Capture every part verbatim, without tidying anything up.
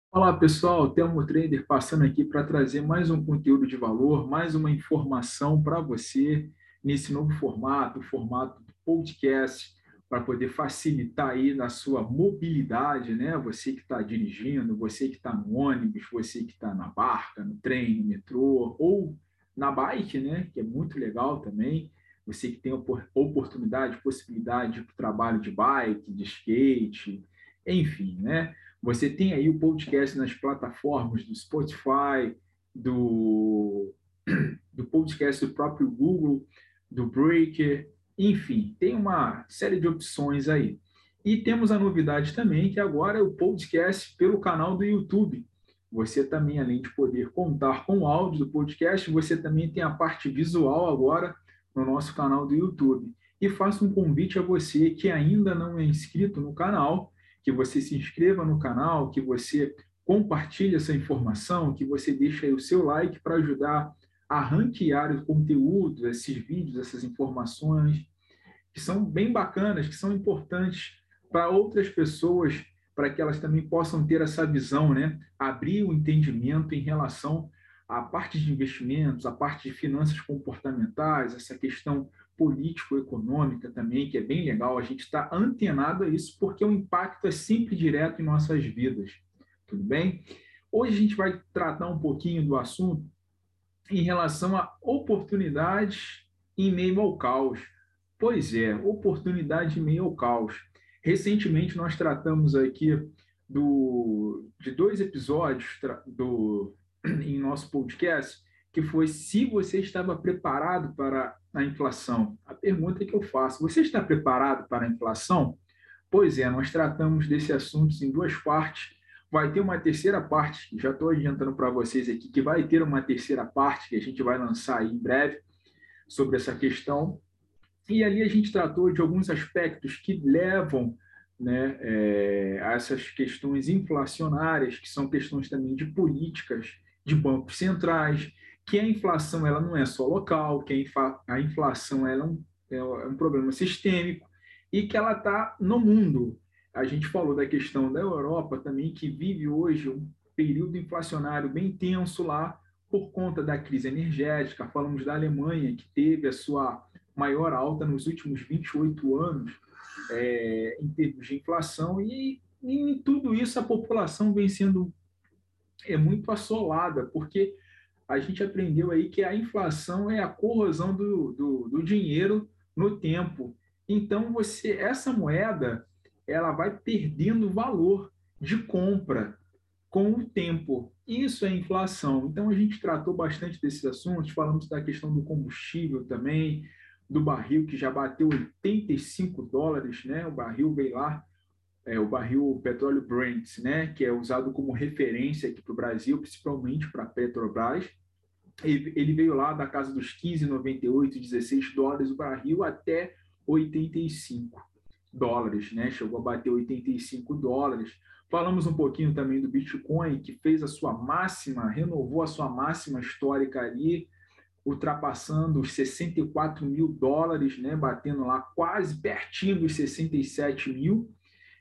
Olá pessoal, Telmo Trader passando aqui para trazer mais um conteúdo de valor, mais uma informação para você nesse novo formato, o formato do podcast, para poder facilitar aí na sua mobilidade, né? Você que está dirigindo, você que está no ônibus, você que está na barca, no trem, no metrô ou na bike, né? Que é muito legal também. Você que tem oportunidade, possibilidade de trabalho de bike, de skate, enfim, né? Você tem aí o podcast nas plataformas do Spotify, do, do podcast do próprio Google, do Breaker, enfim, tem uma série de opções aí. E temos a novidade também, que agora é o podcast pelo canal do YouTube. Você também, além de poder contar com o áudio do podcast, você também tem a parte visual agora no nosso canal do YouTube. E faço um convite a você que ainda não é inscrito no canal, que você se inscreva no canal, que você compartilhe essa informação, que você deixe aí o seu like para ajudar a ranquear o conteúdo, esses vídeos, essas informações, que são bem bacanas, que são importantes para outras pessoas, para que elas também possam ter essa visão, né? Abrir o entendimento em relação à parte de investimentos, à parte de finanças comportamentais, essa questão político-econômica também, que é bem legal. A gente está antenado a isso, porque o impacto é sempre direto em nossas vidas. Tudo bem? Hoje a gente vai tratar um pouquinho do assunto em relação a oportunidades em meio ao caos. Pois é, oportunidade em meio ao caos. Recentemente nós tratamos aqui do, de dois episódios do, em nosso podcast, que foi se você estava preparado para a inflação. A pergunta que eu faço, você está preparado para a inflação? Pois é, nós tratamos desse assunto em duas partes. Vai ter uma terceira parte, já estou adiantando para vocês aqui que vai ter uma terceira parte que a gente vai lançar aí em breve sobre essa questão. E ali a gente tratou de alguns aspectos que levam, né, é, a essas questões inflacionárias, que são questões também de políticas de bancos centrais, que a inflação ela não é só local, que a, infa, a inflação ela é, um, é um problema sistêmico e que ela está no mundo. A gente falou da questão da Europa também, que vive hoje um período inflacionário bem tenso lá por conta da crise energética. Falamos da Alemanha, que teve a sua maior alta nos últimos vinte e oito anos é, em termos de inflação, e em tudo isso a população vem sendo é, muito assolada, porque a gente aprendeu aí que a inflação é a corrosão do, do, do dinheiro no tempo. Então, você essa moeda ela vai perdendo valor de compra com o tempo. Isso é inflação. Então, a gente tratou bastante desses assuntos, falamos da questão do combustível também, do barril que já bateu oitenta e cinco dólares, né? O barril veio lá, é, o barril petróleo Brent, né? Que é usado como referência aqui para o Brasil, principalmente para a Petrobras. Ele veio lá da casa dos quinze, noventa e oito, dezesseis dólares o barril até oitenta e cinco dólares, né? Chegou a bater oitenta e cinco dólares. Falamos um pouquinho também do Bitcoin, que fez a sua máxima, renovou a sua máxima histórica ali, ultrapassando os sessenta e quatro mil dólares, né? Batendo lá quase pertinho dos sessenta e sete mil,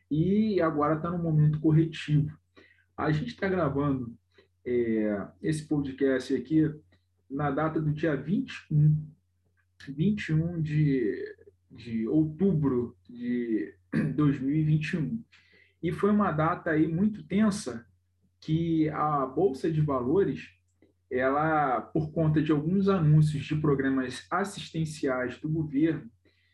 e agora está no momento corretivo. A gente está gravando é, esse podcast aqui na data do dia vinte e um, vinte e um de, de outubro de dois mil e vinte e um. E foi uma data aí muito tensa que a Bolsa de Valores, ela, por conta de alguns anúncios de programas assistenciais do governo,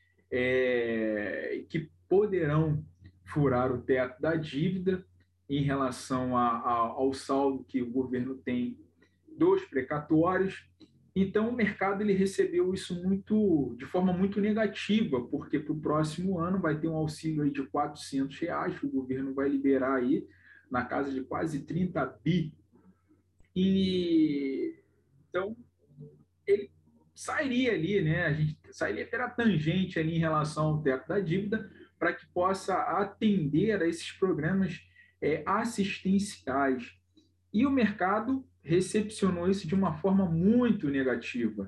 é, que poderão furar o teto da dívida em relação a, a, ao saldo que o governo tem dos precatórios. Então, o mercado ele recebeu isso muito, de forma muito negativa, porque para o próximo ano vai ter um auxílio aí de quatrocentos reais que o governo vai liberar aí na casa de quase trinta bi. E então ele sairia ali, né? A gente sairia pela tangente ali em relação ao teto da dívida para que possa atender a esses programas é, assistenciais. E o mercado recepcionou isso de uma forma muito negativa.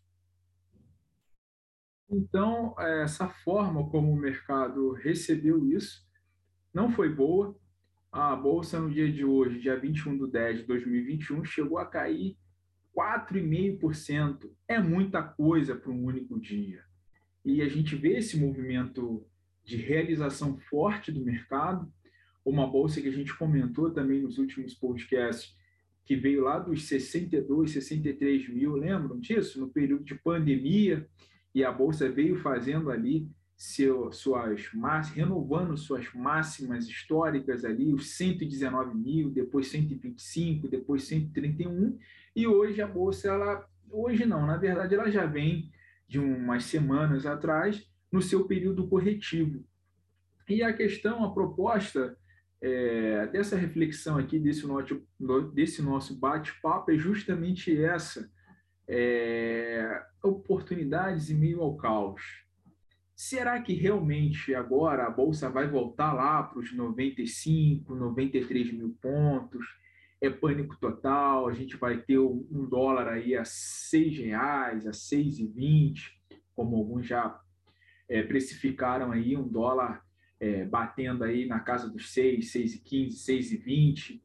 Então, essa forma como o mercado recebeu isso não foi boa. A bolsa no dia de hoje, dia vinte e um de dez de dois mil e vinte e um, chegou a cair quatro vírgula cinco por cento. É muita coisa para um único dia. E a gente vê esse movimento de realização forte do mercado, uma bolsa que a gente comentou também nos últimos podcasts, que veio lá dos sessenta e dois, sessenta e três mil, lembram disso? No período de pandemia, e a bolsa veio fazendo ali seu, suas renovando suas máximas históricas ali, os cento e dezenove mil, depois cento e vinte e cinco, depois cento e trinta e um, e hoje a bolsa, ela, hoje não, na verdade ela já vem de umas semanas atrás, no seu período corretivo. E a questão, a proposta é, dessa reflexão aqui, desse nosso, desse nosso bate-papo, é justamente essa: é, oportunidades em meio ao caos. Será que realmente agora a Bolsa vai voltar lá para os noventa e cinco, noventa e três mil pontos? É pânico total, a gente vai ter um dólar aí a seis reais, a seis e vinte, como alguns já é, precificaram aí um dólar é, batendo aí na casa dos seis, seis e quinze, seis e vinte.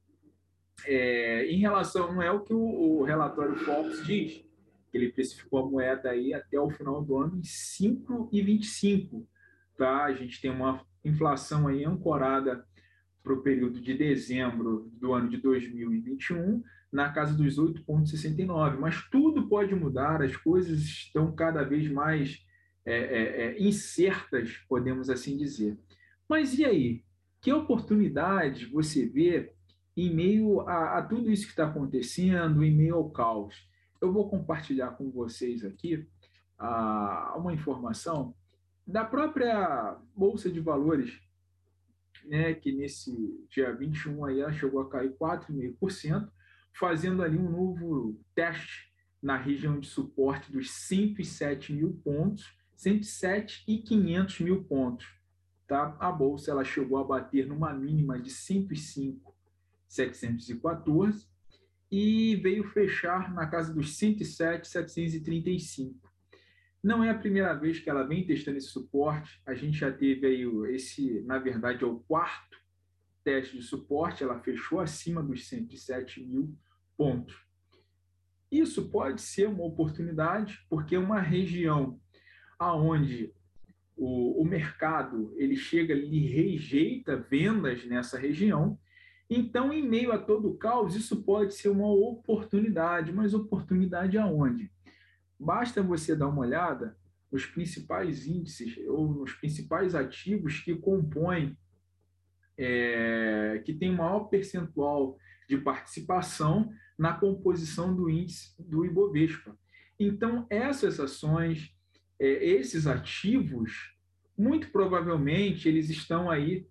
É, em relação, não é o que o, o relatório Forbes diz, que ele precificou a moeda aí até o final do ano em cinco e vinte e cinco, tá? A gente tem uma inflação aí ancorada para o período de dezembro do ano de dois mil e vinte e um na casa dos oito vírgula sessenta e nove, mas tudo pode mudar, as coisas estão cada vez mais é, é, é, incertas, podemos assim dizer. Mas e aí? Que oportunidade você vê em meio a, a tudo isso que está acontecendo, em meio ao caos? Eu vou compartilhar com vocês aqui ah, uma informação da própria Bolsa de Valores, né, que nesse dia vinte e um aí ela chegou a cair quatro vírgula cinco por cento, fazendo ali um novo teste na região de suporte dos cento e sete mil pontos, cento e sete e quinhentos mil pontos. Tá? A bolsa ela chegou a bater numa mínima de cento e cinco mil setecentos e quatorze e veio fechar na casa dos cento e sete mil setecentos e trinta e cinco. Não é a primeira vez que ela vem testando esse suporte. A gente já teve aí esse, na verdade, é o quarto teste de suporte, ela fechou acima dos cento e sete mil pontos. Isso pode ser uma oportunidade, porque é uma região aonde o, o mercado ele chega, ele rejeita vendas nessa região. Então, em meio a todo o caos, isso pode ser uma oportunidade, mas oportunidade aonde? Basta você dar uma olhada nos principais índices ou nos principais ativos que compõem, é, que tem maior percentual de participação na composição do índice do Ibovespa. Então, essas ações, é, esses ativos, muito provavelmente eles estão aí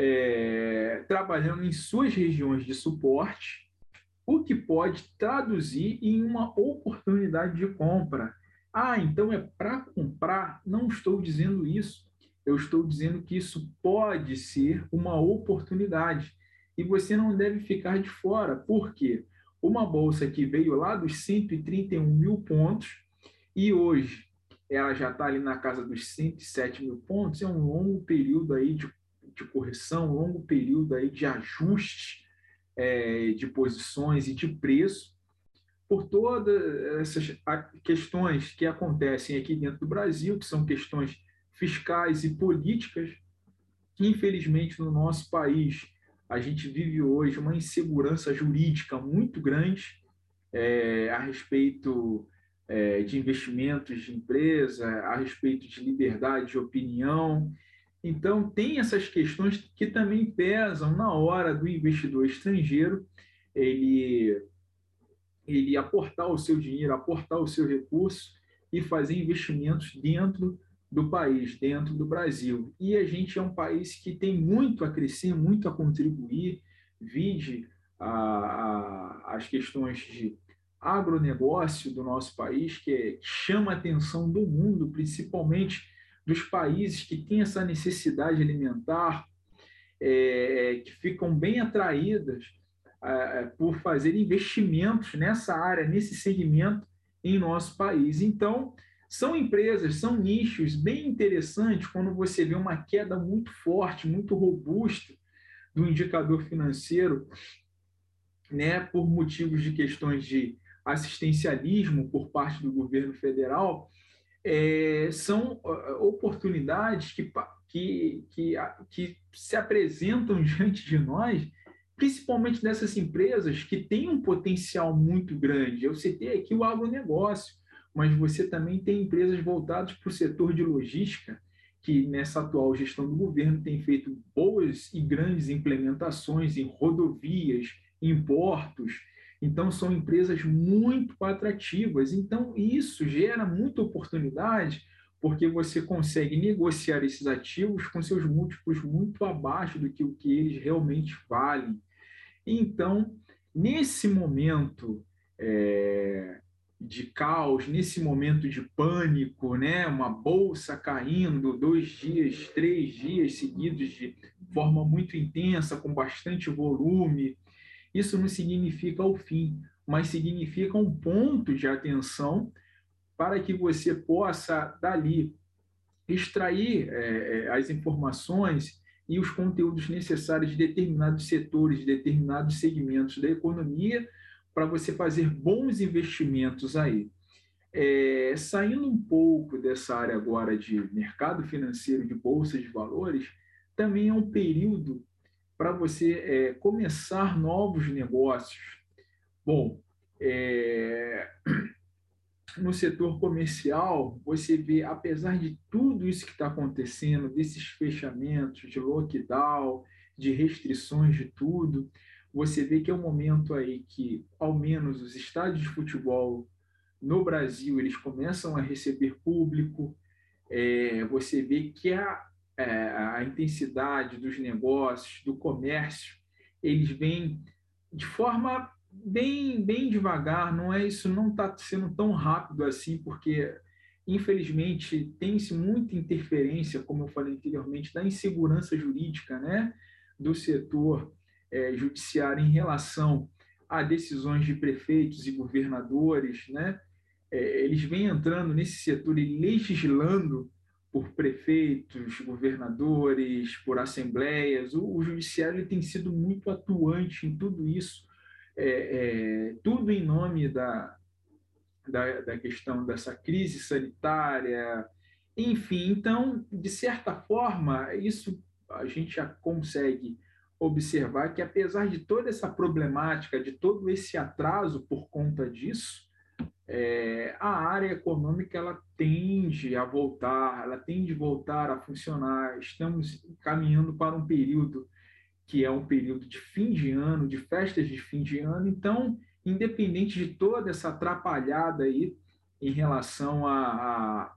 é, trabalhando em suas regiões de suporte, o que pode traduzir em uma oportunidade de compra. Ah, então é para comprar? Não estou dizendo isso. Eu estou dizendo que isso pode ser uma oportunidade. E você não deve ficar de fora. Por quê? Uma bolsa que veio lá dos cento e trinta e um mil pontos e hoje ela já está ali na casa dos cento e sete mil pontos, é um longo período aí de, de correção, um longo período aí de ajuste é, de posições e de preço, por todas essas questões que acontecem aqui dentro do Brasil, que são questões fiscais e políticas, que infelizmente no nosso país a gente vive hoje uma insegurança jurídica muito grande é, a respeito é, de investimentos de empresa, a respeito de liberdade de opinião. Então, tem essas questões que também pesam na hora do investidor estrangeiro ele, ele aportar o seu dinheiro, aportar o seu recurso e fazer investimentos dentro do país, dentro do Brasil. E a gente é um país que tem muito a crescer, muito a contribuir, vide a, a, as questões de agronegócio do nosso país, que, é, que chama a atenção do mundo, principalmente dos países que têm essa necessidade alimentar, é, que ficam bem atraídas é, por fazer investimentos nessa área, nesse segmento em nosso país. Então, são empresas, são nichos bem interessantes quando você vê uma queda muito forte, muito robusta do indicador financeiro, né, por motivos de questões de assistencialismo por parte do governo federal, é, são oportunidades que, que, que, que se apresentam diante de nós, principalmente dessas empresas que têm um potencial muito grande. Eu citei aqui o agronegócio, mas você também tem empresas voltadas para o setor de logística, que nessa atual gestão do governo tem feito boas e grandes implementações em rodovias, em portos. Então, são empresas muito atrativas. Então, isso gera muita oportunidade, porque você consegue negociar esses ativos com seus múltiplos muito abaixo do que o que eles realmente valem. Então, nesse momento é, de caos, nesse momento de pânico, né, uma bolsa caindo dois dias, três dias seguidos de forma muito intensa, com bastante volume, isso não significa o fim, mas significa um ponto de atenção para que você possa, dali, extrair é, as informações e os conteúdos necessários de determinados setores, de determinados segmentos da economia, para você fazer bons investimentos aí. É, saindo um pouco dessa área agora de mercado financeiro, de bolsa de valores, também é um período para você é, começar novos negócios. Bom, é, no setor comercial, você vê, apesar de tudo isso que está acontecendo, desses fechamentos, de lockdown, de restrições de tudo, você vê que é um momento aí que, ao menos, os estádios de futebol no Brasil, eles começam a receber público, é, você vê que a, é, a intensidade dos negócios, do comércio, eles vêm de forma bem, bem devagar, não é isso, não está sendo tão rápido assim, porque infelizmente tem-se muita interferência, como eu falei anteriormente, da insegurança jurídica, né, do setor é, judiciário em relação a decisões de prefeitos e governadores, né, é, eles vêm entrando nesse setor e legislando por prefeitos, governadores, por assembleias. O, o judiciário ele tem sido muito atuante em tudo isso, é, é, tudo em nome da, da, da questão dessa crise sanitária, enfim. Então, de certa forma, isso a gente já consegue observar que, apesar de toda essa problemática, de todo esse atraso por conta disso, é, a área econômica ela tende a voltar, ela tende a voltar a funcionar. Estamos caminhando para um período que é um período de fim de ano, de festas de fim de ano. Então, independente de toda essa atrapalhada aí em relação a,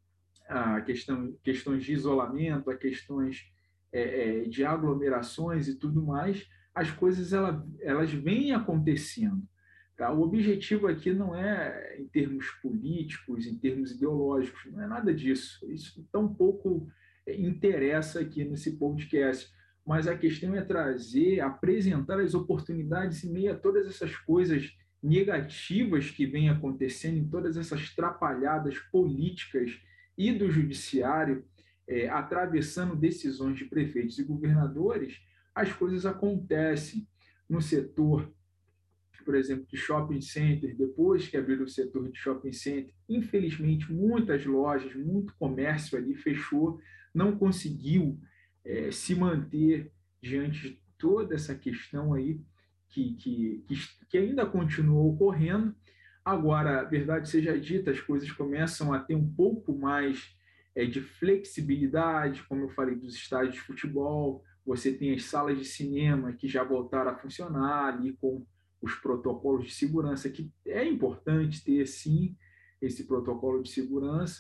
a, a questão, questões de isolamento, a questões é, é, de aglomerações e tudo mais, as coisas ela, elas vêm acontecendo. Tá? O objetivo aqui não é em termos políticos, em termos ideológicos, não é nada disso. Isso tão pouco interessa aqui nesse podcast. Mas a questão é trazer, apresentar as oportunidades em meio a todas essas coisas negativas que vêm acontecendo, em todas essas trapalhadas políticas e do judiciário, é, atravessando decisões de prefeitos e governadores, as coisas acontecem no setor, por exemplo, de shopping center. Depois que abriu o setor de shopping center, infelizmente, muitas lojas, muito comércio ali fechou, não conseguiu é, se manter diante de toda essa questão aí que, que, que, que ainda continuou ocorrendo. Agora, verdade seja dita, as coisas começam a ter um pouco mais é, de flexibilidade, como eu falei, dos estádios de futebol. Você tem as salas de cinema que já voltaram a funcionar ali com os protocolos de segurança, que é importante ter, sim, esse protocolo de segurança.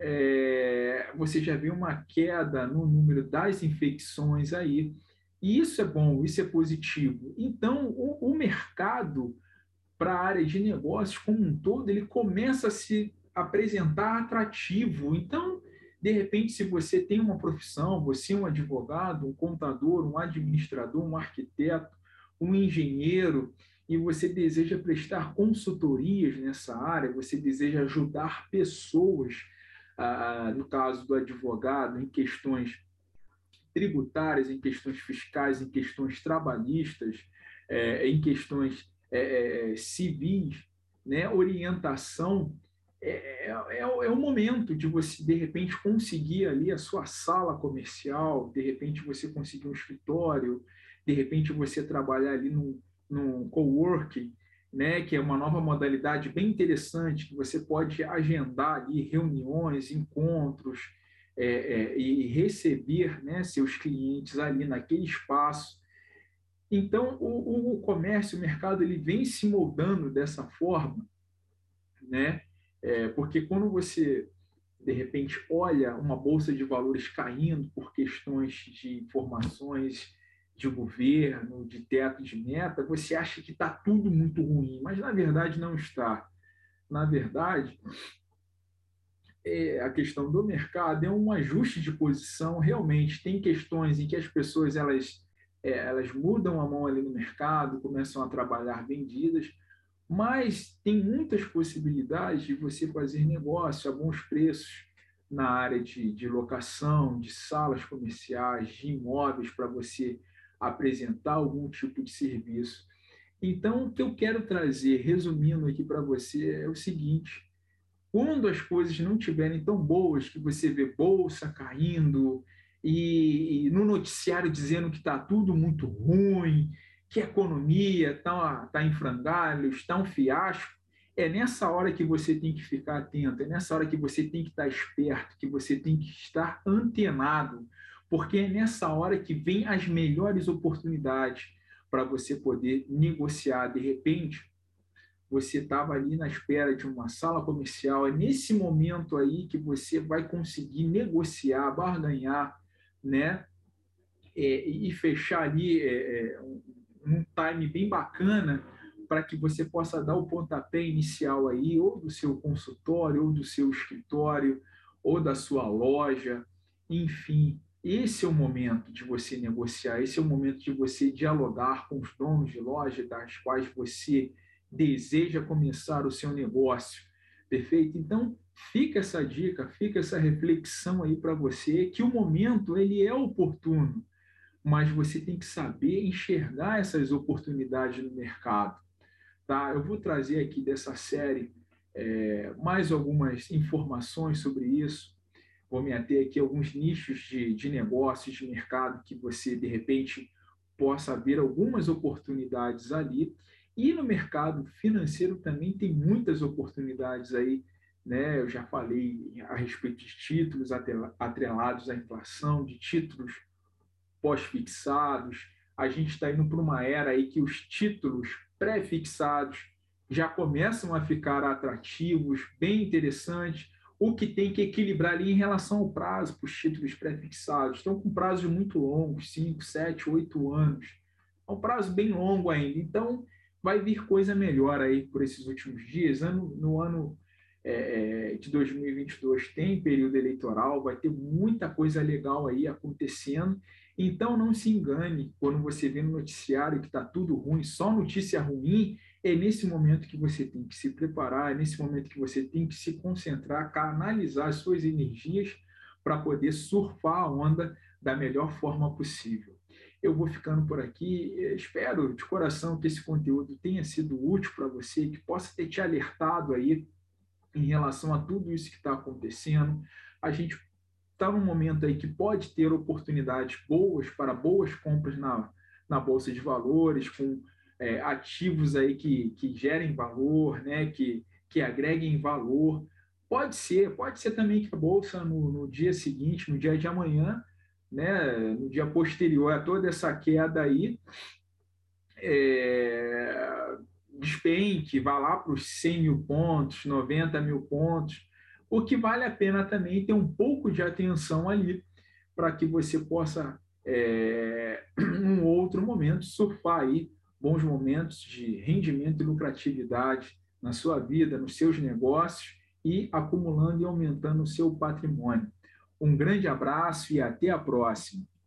É, você já vê uma queda no número das infecções aí, e isso é bom, isso é positivo. Então, o, o mercado para a área de negócios como um todo, ele começa a se apresentar atrativo. Então, de repente, se você tem uma profissão, você é um advogado, um contador, um administrador, um arquiteto, um engenheiro, e você deseja prestar consultorias nessa área, você deseja ajudar pessoas, ah, no caso do advogado, em questões tributárias, em questões fiscais, em questões trabalhistas, é, em questões é, civis, né? Orientação, é, é, é, é o momento de você, de repente, conseguir ali a sua sala comercial, de repente você conseguir um escritório, de repente você trabalhar ali num, num coworking, né, que é uma nova modalidade bem interessante, que você pode agendar ali reuniões, encontros, é, é, e receber, né, seus clientes ali naquele espaço. Então, o, o comércio, o mercado, ele vem se moldando dessa forma, né? É, porque quando você, de repente, olha uma bolsa de valores caindo por questões de informações de governo, de teto de meta, você acha que está tudo muito ruim, mas na verdade não está. Na verdade, é, a questão do mercado é um ajuste de posição. Realmente, tem questões em que as pessoas elas, é, elas mudam a mão ali no mercado, começam a trabalhar vendidas, mas tem muitas possibilidades de você fazer negócio a bons preços na área de, de locação, de salas comerciais, de imóveis para você apresentar algum tipo de serviço. Então, o que eu quero trazer, resumindo aqui para você, é o seguinte: quando as coisas não estiverem tão boas, que você vê bolsa caindo e, e no noticiário dizendo que está tudo muito ruim, que a economia está tá em frangalhos, está um fiasco, é nessa hora que você tem que ficar atento, é nessa hora que você tem que estar esperto, que você tem que estar antenado, porque é nessa hora que vem as melhores oportunidades para você poder negociar. De repente, você estava ali na espera de uma sala comercial, é nesse momento aí que você vai conseguir negociar, barganhar, né? É, e fechar ali é, é, um, um time bem bacana para que você possa dar o pontapé inicial aí, ou do seu consultório, ou do seu escritório, ou da sua loja, enfim. Esse é o momento de você negociar, esse é o momento de você dialogar com os donos de loja das quais você deseja começar o seu negócio, perfeito? Então, fica essa dica, fica essa reflexão aí para você, que o momento ele é oportuno, mas você tem que saber enxergar essas oportunidades no mercado, tá? Eu vou trazer aqui dessa série é, mais algumas informações sobre isso. Vou me ater aqui a alguns nichos de, de negócios, de mercado, que você, de repente, possa ver algumas oportunidades ali. E no mercado financeiro também tem muitas oportunidades aí, né? Eu já falei a respeito de títulos atrelados à inflação, de títulos pós-fixados. A gente está indo para uma era aí que os títulos pré-fixados já começam a ficar atrativos, bem interessantes. O que tem que equilibrar ali em relação ao prazo para os títulos pré-fixados. Estão com prazos muito longos, cinco, sete, oito anos. É um prazo bem longo ainda. Então, vai vir coisa melhor aí por esses últimos dias. Ano, no ano é, de dois mil e vinte e dois tem período eleitoral, vai ter muita coisa legal aí acontecendo. Então, não se engane quando você vê no noticiário que está tudo ruim, só notícia ruim. É nesse momento que você tem que se preparar, é nesse momento que você tem que se concentrar, canalizar as suas energias para poder surfar a onda da melhor forma possível. Eu vou ficando por aqui. Espero de coração que esse conteúdo tenha sido útil para você, que possa ter te alertado aí em relação a tudo isso que está acontecendo. A gente está num momento aí que pode ter oportunidades boas para boas compras na, na Bolsa de Valores, com é, ativos aí que, que gerem valor, né, que, que agreguem valor. Pode ser, pode ser também que a Bolsa no, no dia seguinte, no dia de amanhã, né, no dia posterior a toda essa queda aí, é, despenque, vá lá para os cem mil pontos, noventa mil pontos. O que vale a pena também ter um pouco de atenção ali para que você possa, é, em um outro momento, surfar aí bons momentos de rendimento e lucratividade na sua vida, nos seus negócios e acumulando e aumentando o seu patrimônio. Um grande abraço e até a próxima.